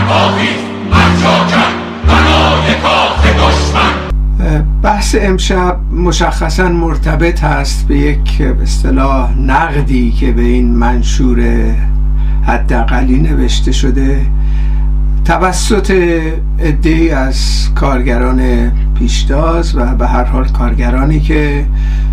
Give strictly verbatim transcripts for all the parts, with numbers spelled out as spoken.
بحث امشب مشخصاً مرتبط هست به یک به اصطلاح نقدی که به این منشور حداقلی نوشته شده توسط عده‌ای از کارگران پیشتاز و به هر حال کارگرانی که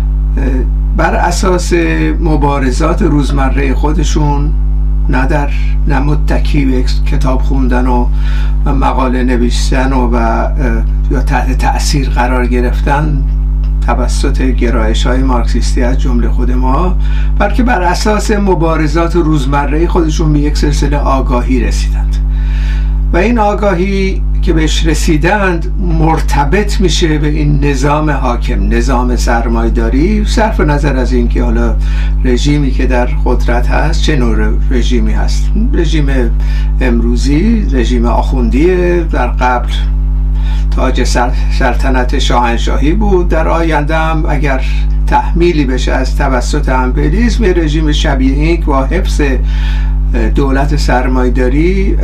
بر اساس مبارزات روزمره خودشون نه در نه متکی به کتاب خوندن و مقاله نوشتن و, و یا تحت تأثیر قرار گرفتن توسط گرایش های مارکسیستی از جمله خود ما، بلکه بر اساس مبارزات روزمره خودشون به یک سلسله آگاهی رسیدند و این آگاهی که بهش رسیدند مرتبط میشه به این نظام حاکم، نظام سرمایه‌داری، صرف نظر از این که حالا رژیمی که در قدرت هست چه نوع رژیمی هست. رژیم امروزی رژیم آخوندی، در قبل تاج سلطنت شاهنشاهی بود، در آینده هم اگر تحمیلی بشه از توسط امپریالیسم رژیم شبیه این با حفظ دولت سرمایه‌داری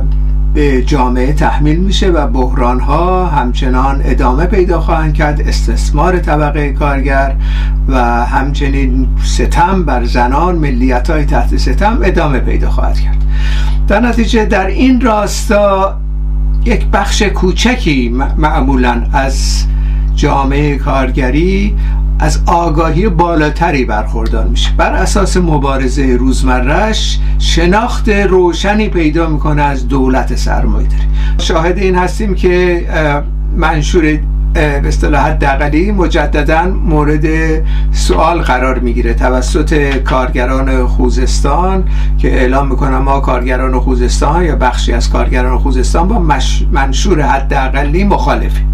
به جامعه تحمیل میشه و بحران‌ها همچنان ادامه پیدا خواهند کرد، استثمار طبقه کارگر و همچنین ستم بر زنان، ملیت‌های تحت ستم ادامه پیدا خواهد کرد. در نتیجه در این راستا یک بخش کوچکی معمولاً از جامعه کارگری از آگاهی بالاتری برخوردار میشه، بر اساس مبارزه روزمره‌اش شناخت روشنی پیدا میکنه از دولت سرمایه‌داری. شاهد این هستیم که منشور به اصطلاح حداقلی مجددا مورد سوال قرار میگیره توسط کارگران خوزستان که اعلام میکنن ما کارگران خوزستان یا بخشی از کارگران خوزستان با منشور حداقلی مخالفیم.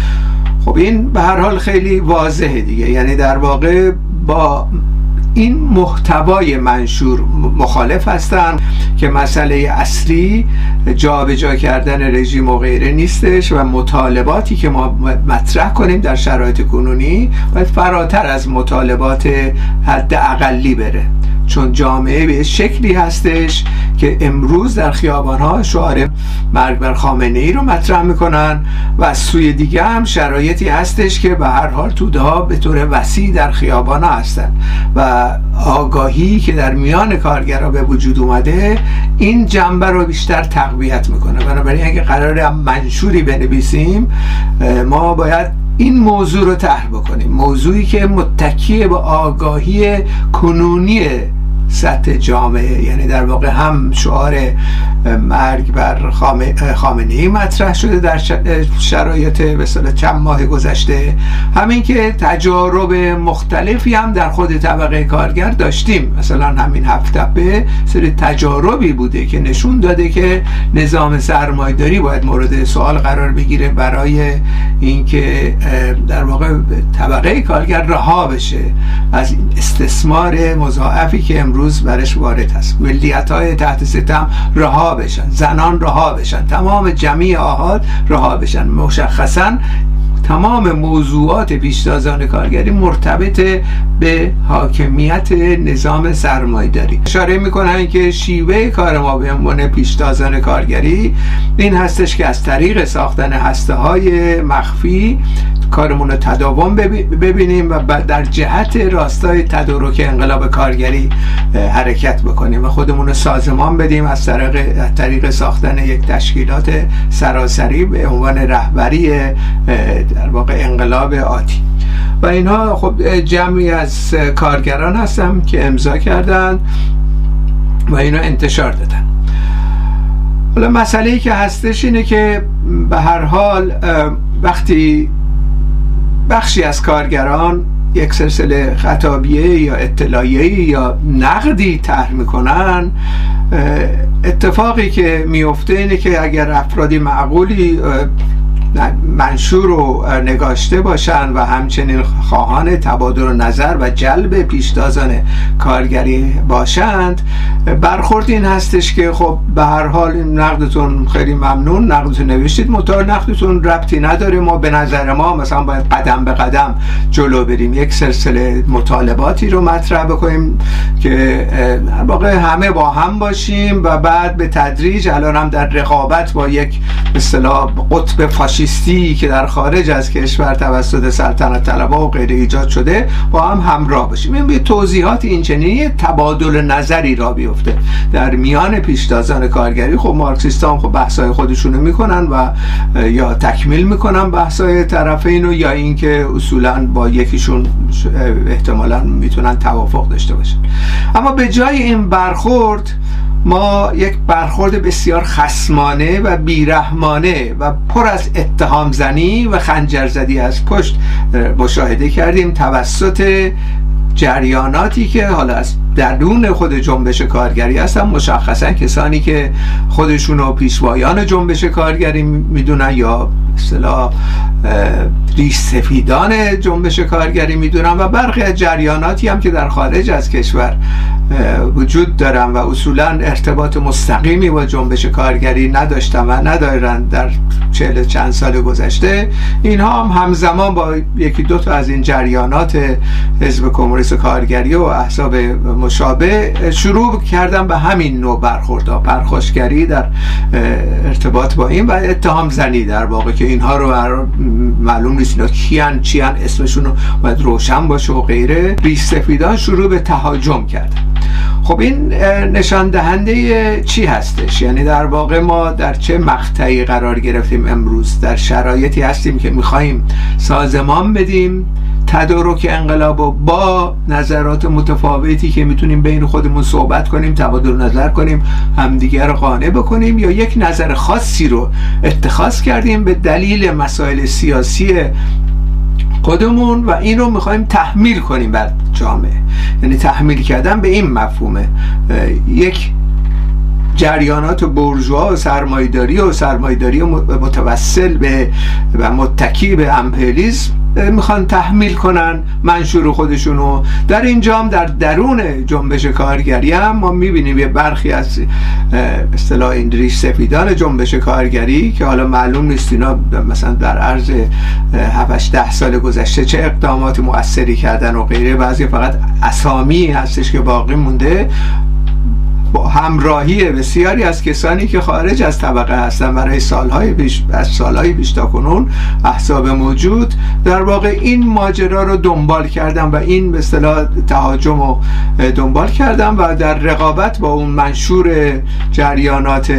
خب این به هر حال خیلی واضحه دیگه، یعنی در واقع با این محتوای منشور مخالف هستن که مسئله اصلی جابجا کردن رژیم و غیره نیستش و مطالباتی که ما مطرح کنیم در شرایط کنونی باید فراتر از مطالبات حد اقلی بره، چون جامعه به شکلی هستش که امروز در خیابان‌ها شعار مرگ بر خامنه‌ای رو مطرح میکنن و از سوی دیگه هم شرایطی هستش که به هر حال توده‌ها به طور وسیع در خیابان‌ها هستن و آگاهی که در میان کارگرها به وجود اومده این جنبه رو بیشتر تقویت میکنه. بنابراین اگه قراره منشوری بنویسیم ما باید این موضوع رو طرح بکنیم، موضوعی که متکی به آگاهی کنونی سطح جامعه، یعنی در واقع هم شعار مرگ بر خامنه‌ای مطرح شده در شرایط مثلا چند ماه گذشته، همین که تجارب مختلفی هم در خود طبقه کارگر داشتیم. مثلا همین هفت تپه سری تجاربی بوده که نشون داده که نظام سرمایه‌داری باید مورد سوال قرار بگیره برای اینکه در واقع طبقه کارگر رها بشه از استثمار مضاعفی که امروز برش وارد هست، ملیت‌های تحت ستم رها بشن، زنان رها بشن، تمام جمیع آحاد رها بشن. مشخصاً تمام موضوعات پیشتازان کارگری مرتبط به حاکمیت نظام سرمایه‌داری. اشاره میکنن که شیوه کار ما به عنوان پیشتازان کارگری این هستش که از طریق ساختن هسته‌های مخفی کارمون رو تداوم ببینیم و در جهت راستای تدارک انقلاب کارگری حرکت بکنیم و خودمون رو سازمان بدیم از طریق, طریق ساختن یک تشکیلات سراسری به عنوان رهبری در واقع انقلاب آتی. و اینها خب جمعی از کارگران هستن که امضا کردن و اینو انتشار دادن. حالا مسئله‌ای که هستش اینه که به هر حال وقتی بخشی از کارگران یک سلسله خطابیه یا اطلاعیه یا نقدی طرح میکنن، اتفاقی که میفته اینه که اگر افرادی معقولی منشور رو نگاشته باشن و همچنین خواهان تبادل نظر و جلب پیشتازان کارگری باشند، برخورد این هستش که خب به هر حال این نقدتون خیلی ممنون، نقدتون نوشتید، مطابق نقدتون ربطی نداره، ما به نظر ما مثلا باید قدم به قدم جلو بریم، یک سلسله مطالباتی رو مطرح بکنیم که واقعا همه با هم باشیم و بعد به تدریج الان هم در رقابت با یک به اصطلاح قطب فاشیستی که در خارج از کشور توسط سلطنت طلبها و غیره ایجاد شده با هم همراه باشیم. این به توضیحات این چنینی تبادل نظری را بیفته در میان پیشتازان کارگری. خب مارکسیستا هم خب بحثای خودشونو میکنن و یا تکمیل میکنن بحثای طرفین رو، یا اینکه اصولا با یکیشون احتمالاً میتونن توافق داشته باشن. اما به جای این برخورد ما یک برخورد بسیار خصمانه و بیرحمانه و پر از اتهام زنی و خنجر زدی از پشت مشاهده کردیم توسط جریاناتی که حالا از درون خود جنبش کارگری هستن، مشخصا کسانی که خودشونو پیشوایان جنبش کارگری میدونن یا اصطلاح ریش سفیدان جنبش کارگری میدونن، و برخی از جریاناتی هم که در خارج از کشور وجود دارن و اصولا ارتباط مستقیمی با جنبش کارگری نداشتن و ندارن در چهل چند سال گذشته. اینها هم همزمان با یکی دو تا از این جریانات حزب کمونیست کارگری و احزاب مشابه شروع کردن به همین نوع برخوردها، پرخاشگری در ارتباط با این و اتهام زنی در واقع که اینها رو معلوم نیست اینا کیان چیان، اسمشون رو باید روشن باشه و غیره. ریش سفیدان شروع به تهاجم کردن. خب این نشان دهنده چی هستش؟ یعنی در واقع ما در چه مقطعی قرار گرفتیم امروز؟ در شرایطی هستیم که میخواییم سازمان بدیم تدارک انقلاب و با نظرات متفاوتی که میتونیم بین خودمون صحبت کنیم، تبادل نظر کنیم، همدیگر رو قانع بکنیم، یا یک نظر خاصی رو اتخاذ کردیم به دلیل مسائل سیاسی خودمون و این رو میخوایم تحمیل کنیم بر جامعه. یعنی تحمیل کردن به این مفهومه یک جریانات بورژوا و سرمایه‌داری و سرمایه‌داری متوسل به و متکی به امپریالیسم میخوان تحمیل کنن منشور خودشونو. در اینجا هم در درون جنبش کارگری هم ما میبینیم یه برخی از اصطلاح این ریش سفیدان جنبش کارگری که حالا معلوم نیست اینا مثلا در عرض هفت ده سال گذشته چه اقدامات مؤثری کردن و غیره، بعضی فقط اسامی هستش که باقی مونده، با همراهی بسیاری از کسانی که خارج از طبقه هستن برای سالهای پیش از سالهای پیش تا کنون احزاب موجود در واقع این ماجرا رو دنبال کردن و این به اصطلاح تهاجم رو دنبال کردن و در رقابت با اون منشور جریانات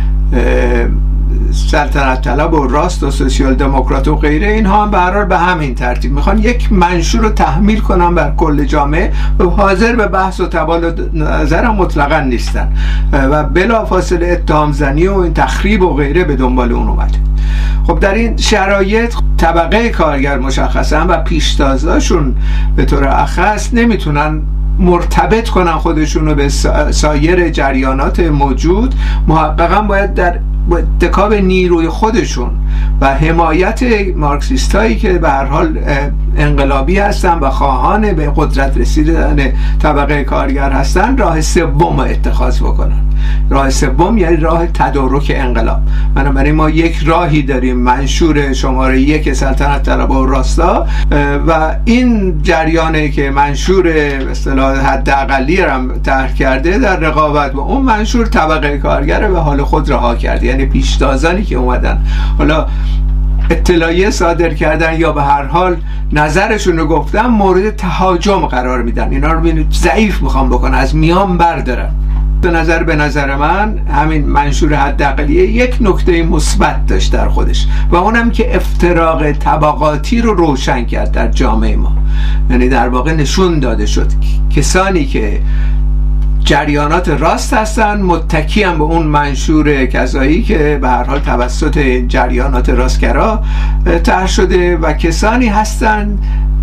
سلطنت طلب و راست و سوسیال دموکرات و غیره، اینها هم به هر حال به همین ترتیب میخوان یک منشور رو تحمیل کنن بر کل جامعه و حاضر به بحث و تبادل نظر مطلقا نیستن و بلافاصله اتهام زنی و این تخریب و غیره به دنبال اون اومده. خب در این شرایط طبقه کارگر مشخصا و پیشتازاشون به طور اخص نمیتونن مرتبط کنن خودشون رو به سایر جریانات موجود، محققا باید در اتکاب نیروی خودشون و حمایت مارکسیستایی که به هر حال انقلابی هستن و خواهان به قدرت رسیدن طبقه کارگر هستن راه سوم اتخاذ بکنن. راه سوم یعنی راه تدارک انقلاب. بنابراین ما یک راهی داریم، منشور شماره یک سلطنت طلبها و راستا، و این جریانه که منشور به اصطلاح حداقلی رو طرح کرده در رقابت با اون منشور طبقه کارگر به حال خود رها کرده. یعنی پیشتازانی که اومدن حالا اطلاعیه صادر کردن یا به هر حال نظرشون رو گفتن مورد تهاجم قرار میدن، اینا رو ببینید ضعیف میخوام بکنن، از میان بردارن. به نظر به نظر من همین منشور حداقلیه یک نکته مثبت داشت در خودش و اونم که افتراق طبقاتی رو روشن کرد در جامعه ما. یعنی در واقع نشون داده شد کسانی که جریانات راست هستن متکی هم به اون منشور کذایی که به هر حال توسط جریانات راستگرا طرح شده و کسانی هستن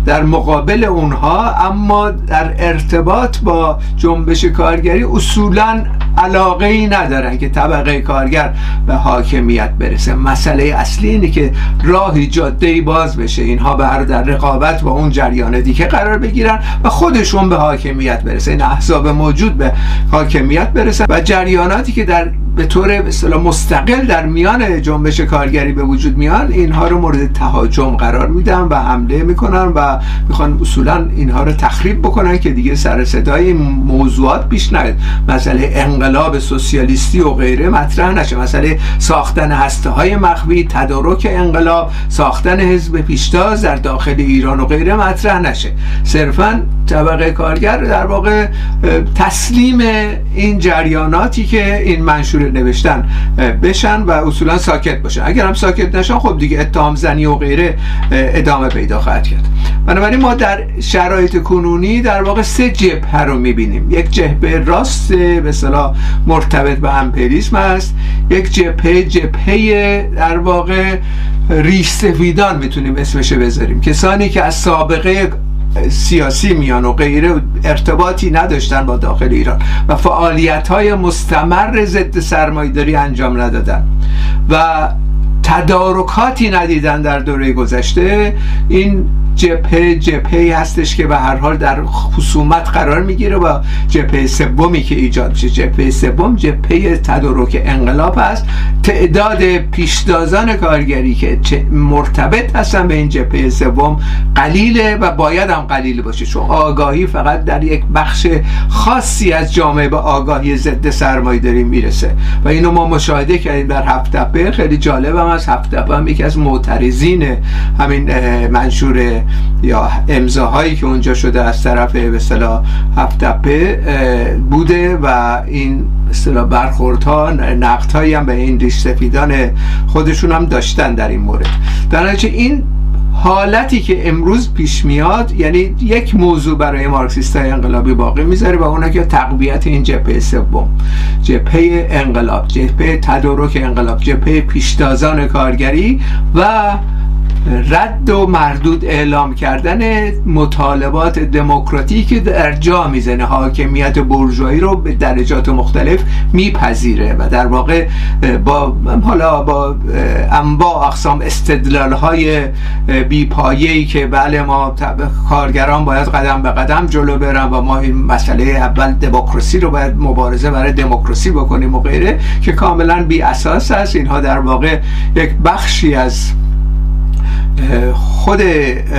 در مقابل اونها، اما در ارتباط با جنبش کارگری اصولاً علاقه ای ندارن که طبقه کارگر به حاکمیت برسه. مسئله اصلی اینه که راهی جاده‌ای باز بشه، اینها بر در رقابت با اون جریان دیگه قرار بگیرن و خودشون به حاکمیت برسه، این احزاب موجود به حاکمیت برسن و جریاناتی که در به طور به اصطلاح مستقل در میان جنبش کارگری به وجود میان، اینها رو مورد تهاجم قرار میدن و حمله میکنن و میخوان اصولا اینها رو تخریب بکنن که دیگه سر صدای موضوعات پیش نیاد. مسئله انقلاب سوسیالیستی و غیره مطرح نشه، مسئله ساختن هسته‌های مخفی، تدارک انقلاب، ساختن حزب پیشتاز در داخل ایران و غیره مطرح نشه. صرفا طبقه کارگر در واقع تسلیم این جریاناتی که این منشور نوشتن بشن و اصولا ساکت باشن. اگر هم ساکت نشن خب دیگه اتهام زنی و غیره ادامه پیدا خواهد کرد. بنابراین ما در شرایط کنونی در واقع سه جبهه رو میبینیم. یک جبهه راست به اصطلاح مرتبط به امپریسم است، یک جبهه جبهه در واقع ریش سفیدان میتونیم اسمش بذاریم، کسانی که از سابقه سیاسی میان و غیره ارتباطی نداشتن با داخل ایران و فعالیت‌های مستمر ضد سرمایه‌داری انجام ندادن و تدارکاتی ندیدن در دوره گذشته. این جبهه جبهه‌ای هستش که به هر حال در خصومت قرار میگیره و جبهه سومی که ایجاد میشه، جبهه سوم جبهه تدارک انقلاب است. تعداد پیشتازان کارگری که مرتبط هستن به این جبهه سوم قلیله و باید هم قلیل باشه، چون آگاهی فقط در یک بخش خاصی از جامعه به آگاهی ضد سرمایه‌داری میرسه و اینو ما مشاهده کردیم در هفت تپه. خیلی جالب هم از هفت تپه هم یکی از معترضین همین منشور یا امضاهایی که اونجا شده از طرف به اصطلاح هفت تپه بوده و این به اصطلاح برخوردها نقدهایی هم به این ریش سفیدان خودشون هم داشتن در این مورد. در نتیجه این حالتی که امروز پیش میاد یعنی یک موضوع برای مارکسیست‌های انقلابی باقی میذاره و اونه که تقویت این جبهه سوم، جبهه انقلاب، جبهه تدارک انقلاب، جبهه پیشتازان کارگری و رد و مردود اعلام کردن مطالبات دموکراتیک که در جا میزنه، حاکمیت بورژوایی رو به درجات مختلف میپذیره و در واقع با حالا با انواع اقسام استدلال‌های بی‌پایه‌ای که بله ما کارگران باید قدم به قدم جلو برن و ما این مسئله اول دموکراسی رو باید مبارزه برای دموکراسی بکنیم و غیره که کاملا بی اساس است. اینها در واقع یک بخشی از خود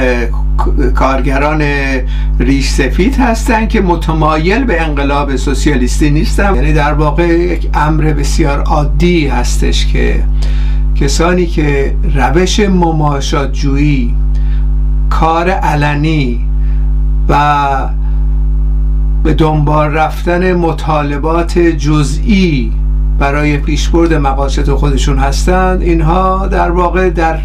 کارگران ریش سفید هستن که متمایل به انقلاب سوسیالیستی نیستن. یعنی در واقع یک امر بسیار عادی هستش که کسانی که روش مماشات جویی، کار علنی و به دنبال رفتن مطالبات جزئی برای پیشبرد مقاصد خودشون هستند، اینها در واقع در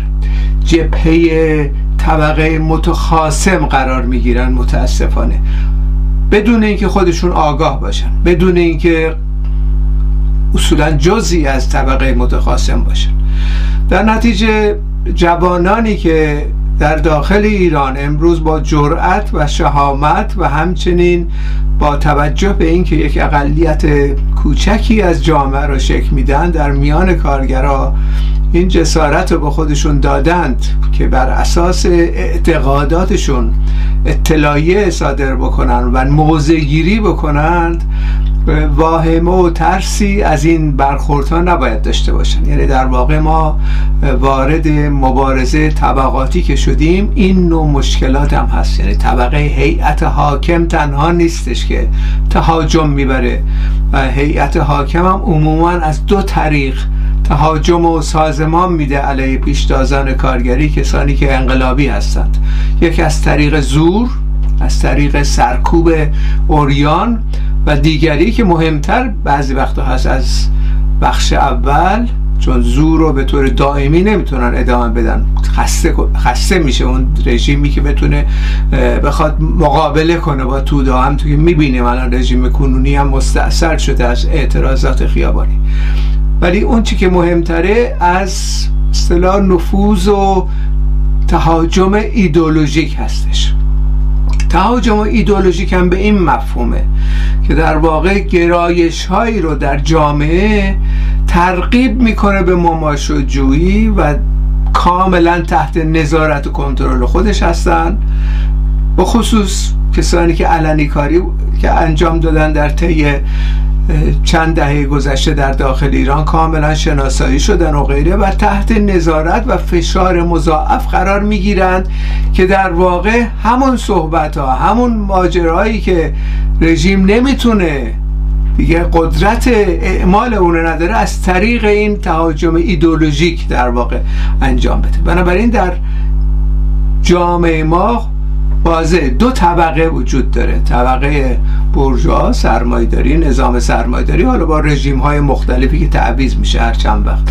جبهه طبقه متخاصم قرار میگیرن متاسفانه، بدون اینکه خودشون آگاه باشن، بدون اینکه اصولا جزئی از طبقه متخاصم باشن. در نتیجه جوانانی که در داخل ایران امروز با جرأت و شهامت و همچنین با توجه به اینکه یک اقلیت کوچکی از جامعه را شکل میدن، در میان کارگرها این جسارت رو به خودشون دادند که بر اساس اعتقاداتشون اطلاعیه صادر بکنن و موضع گیری بکنند، واهمه و ترسی از این برخوردها نباید داشته باشن. یعنی در واقع ما وارد مبارزه طبقاتی که شدیم این نوع مشکلات هم هست. یعنی طبقه هیئت حاکم تنها نیستش که تهاجم میبره و هیئت حاکم هم عموما از دو طریق تهاجم و سازمان میده علیه پیشتازان کارگری، کسانی که انقلابی هستند. یکی از طریق زور، از طریق سرکوب عریان، و دیگری که مهمتر بعضی وقتا هست از بخش اول، چون زور رو به طور دائمی نمیتونن ادامه بدن، خسته, خسته میشه اون رژیمی که بتونه بخواد مقابله کنه با توده. هم تو که میبینیم الان رژیم کنونی هم مستأثر شده از اعتراضات خیابانی. ولی اون چی که مهمتره از اصطلاح نفوذ و تهاجم ایدئولوژیک هستش. تهاجم ایدئولوژیک هم به این مفهومه که در واقع گرایش هایی رو در جامعه ترغیب میکنه به مماشاجویی و کاملا تحت نظارت و کنترل خودش هستن، به خصوص کسانی که علنی کاری که انجام دادن در طی چند دهه گذشته در داخل ایران کاملا شناسایی شدن و غیره و تحت نظارت و فشار مضاعف قرار میگیرند که در واقع همون صحبت ها، همون ماجرایی که رژیم نمیتونه دیگه قدرت اعمال اون نداره، از طریق این تهاجم ایدئولوژیک در واقع انجام بده. بنابراین در جامعه ما واضح دو طبقه وجود داره: طبقه بورژوا، سرمایه‌داری، نظام سرمایه‌داری، حالا با رژیم های مختلفی که تعویض میشه هر چند وقت.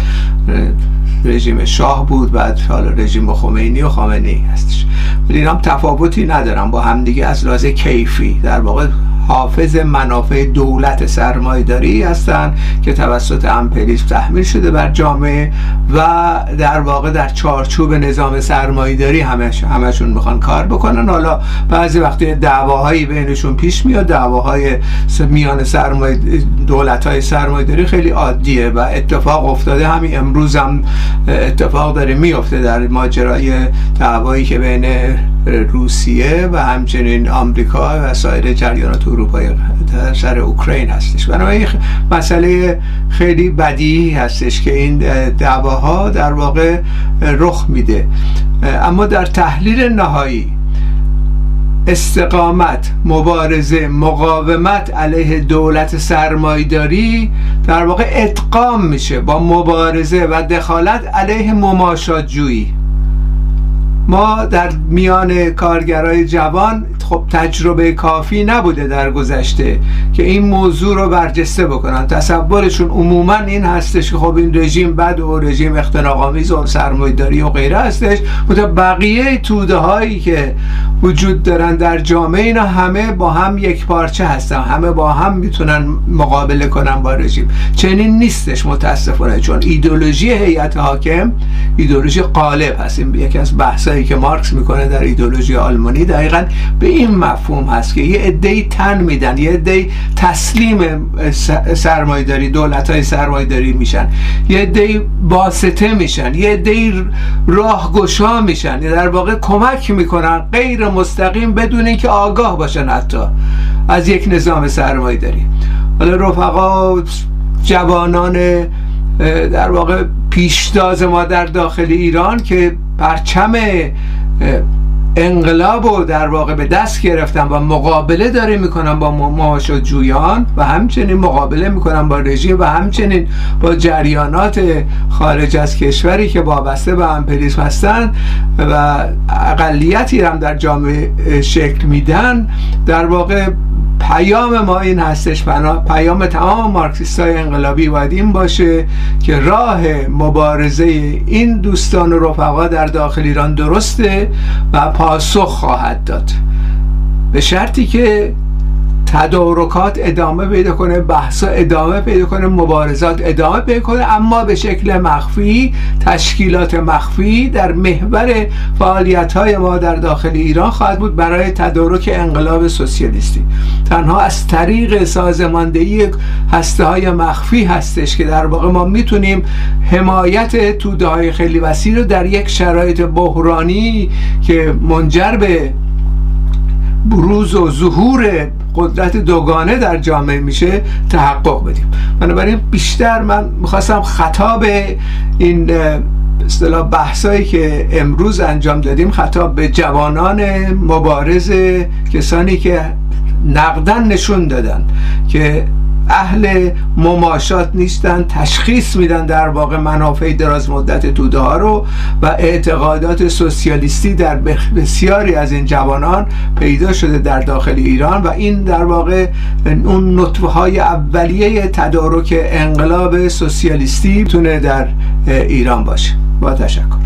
رژیم شاه بود، بعد حالا رژیم خمینی و خامنه‌ای هستش، ولی اینا هم تفاوتی ندارن با همدیگه از لحاظ کیفی. در واقع حافظ منافع دولت سرمایه‌داری هستن که توسط امپریالیسم تحمیل شده بر جامعه و در واقع در چارچوب نظام سرمایه‌داری همش همشون میخوان کار بکنن. حالا بعضی وقتی دعواهایی بینشون پیش میاد، دعواهای میان سرمایه دولت‌های سرمایه‌داری خیلی عادیه و اتفاق افتاده. همین امروز هم اتفاق داره میفته در ماجرای دعوایی که بین روسیه و همچنین آمریکا و سایر جریانات اروپایی در سر اوکراین هستش. بنابراین مسئله خیلی بدیهی هستش که این دعواها در واقع رخ میده. اما در تحلیل نهایی استقامت، مبارزه، مقاومت علیه دولت سرمایه‌داری در واقع ادغام میشه با مبارزه و دخالت علیه مماشات‌جویی. ما در میان کارگرای جوان خب تجربه کافی نبوده در گذشته که این موضوع رو برجسته بکنن. تصورشون عموما این هستش که خب این رژیم بد و رژیم اختناق‌آمیز و سرمایه‌داری و غیره هستش، مثلا بقیه توده هایی که وجود دارن در جامعه اینا همه با هم یک پارچه هستن، همه با هم میتونن مقابله کنن با رژیم. چنین نیستش متاسفانه، چون ایدئولوژی هیئت حاکم ایدئولوژی غالب هست. این یکی از بحثایی که مارکس میکنه در ایدئولوژی آلمانی دقیقاً به این مفهوم هست که یه عده‌ای تن میدن، یه عده‌ای تسلیم سرمایه‌داری، دولت‌های سرمایه‌داری میشن، یه عده‌ای واسطه میشن، یه عده‌ای راهگشا میشن، در واقع کمک میکنن غیر مستقیم بدون اینکه آگاه باشن حتی از یک نظام سرمایه‌داری. حالا رفقا جوانان در واقع پیشتاز ما در داخل ایران که پرچم انقلاب رو در واقع به دست گرفتن و مقابله داره میکنن با مماشات‌جویان و همچنین مقابله میکنن با رژیم و همچنین با جریانات خارج از کشوری که وابسته به امپریالیسم هستن و اقلیتی هم در جامعه شکل میدن، در واقع پیام ما این هستش، پیام تمام مارکسیستای انقلابی باید این باشه که راه مبارزه این دوستان و رفقا در داخل ایران درسته و پاسخ خواهد داد، به شرطی که تدارکات ادامه پیدا کنه، بحثا ادامه پیدا کنه، مبارزات ادامه پیدا کنه، اما به شکل مخفی، تشکیلات مخفی در محور فعالیت‌های ما در داخل ایران خواهد بود برای تدارک انقلاب سوسیالیستی. تنها از طریق سازماندهی هسته‌های مخفی هستش که در واقع ما میتونیم حمایت توده‌های خیلی وسیع رو در یک شرایط بحرانی که منجر به بروز و ظهور قدرت دوگانه در جامعه میشه تحقق بدیم. بنابراین بیشتر من میخواستم خطاب این اصطلاح بحثایی که امروز انجام دادیم خطاب به جوانان مبارز، کسانی که نقدن نشون دادن که اهل مماشات نیستن، تشخیص میدن در واقع منافع دراز مدت توده ها رو و اعتقادات سوسیالیستی در بسیاری از این جوانان پیدا شده در داخل ایران و این در واقع اون نطفه های اولیه تدارک انقلاب سوسیالیستی تونه در ایران باشه. با تشکر.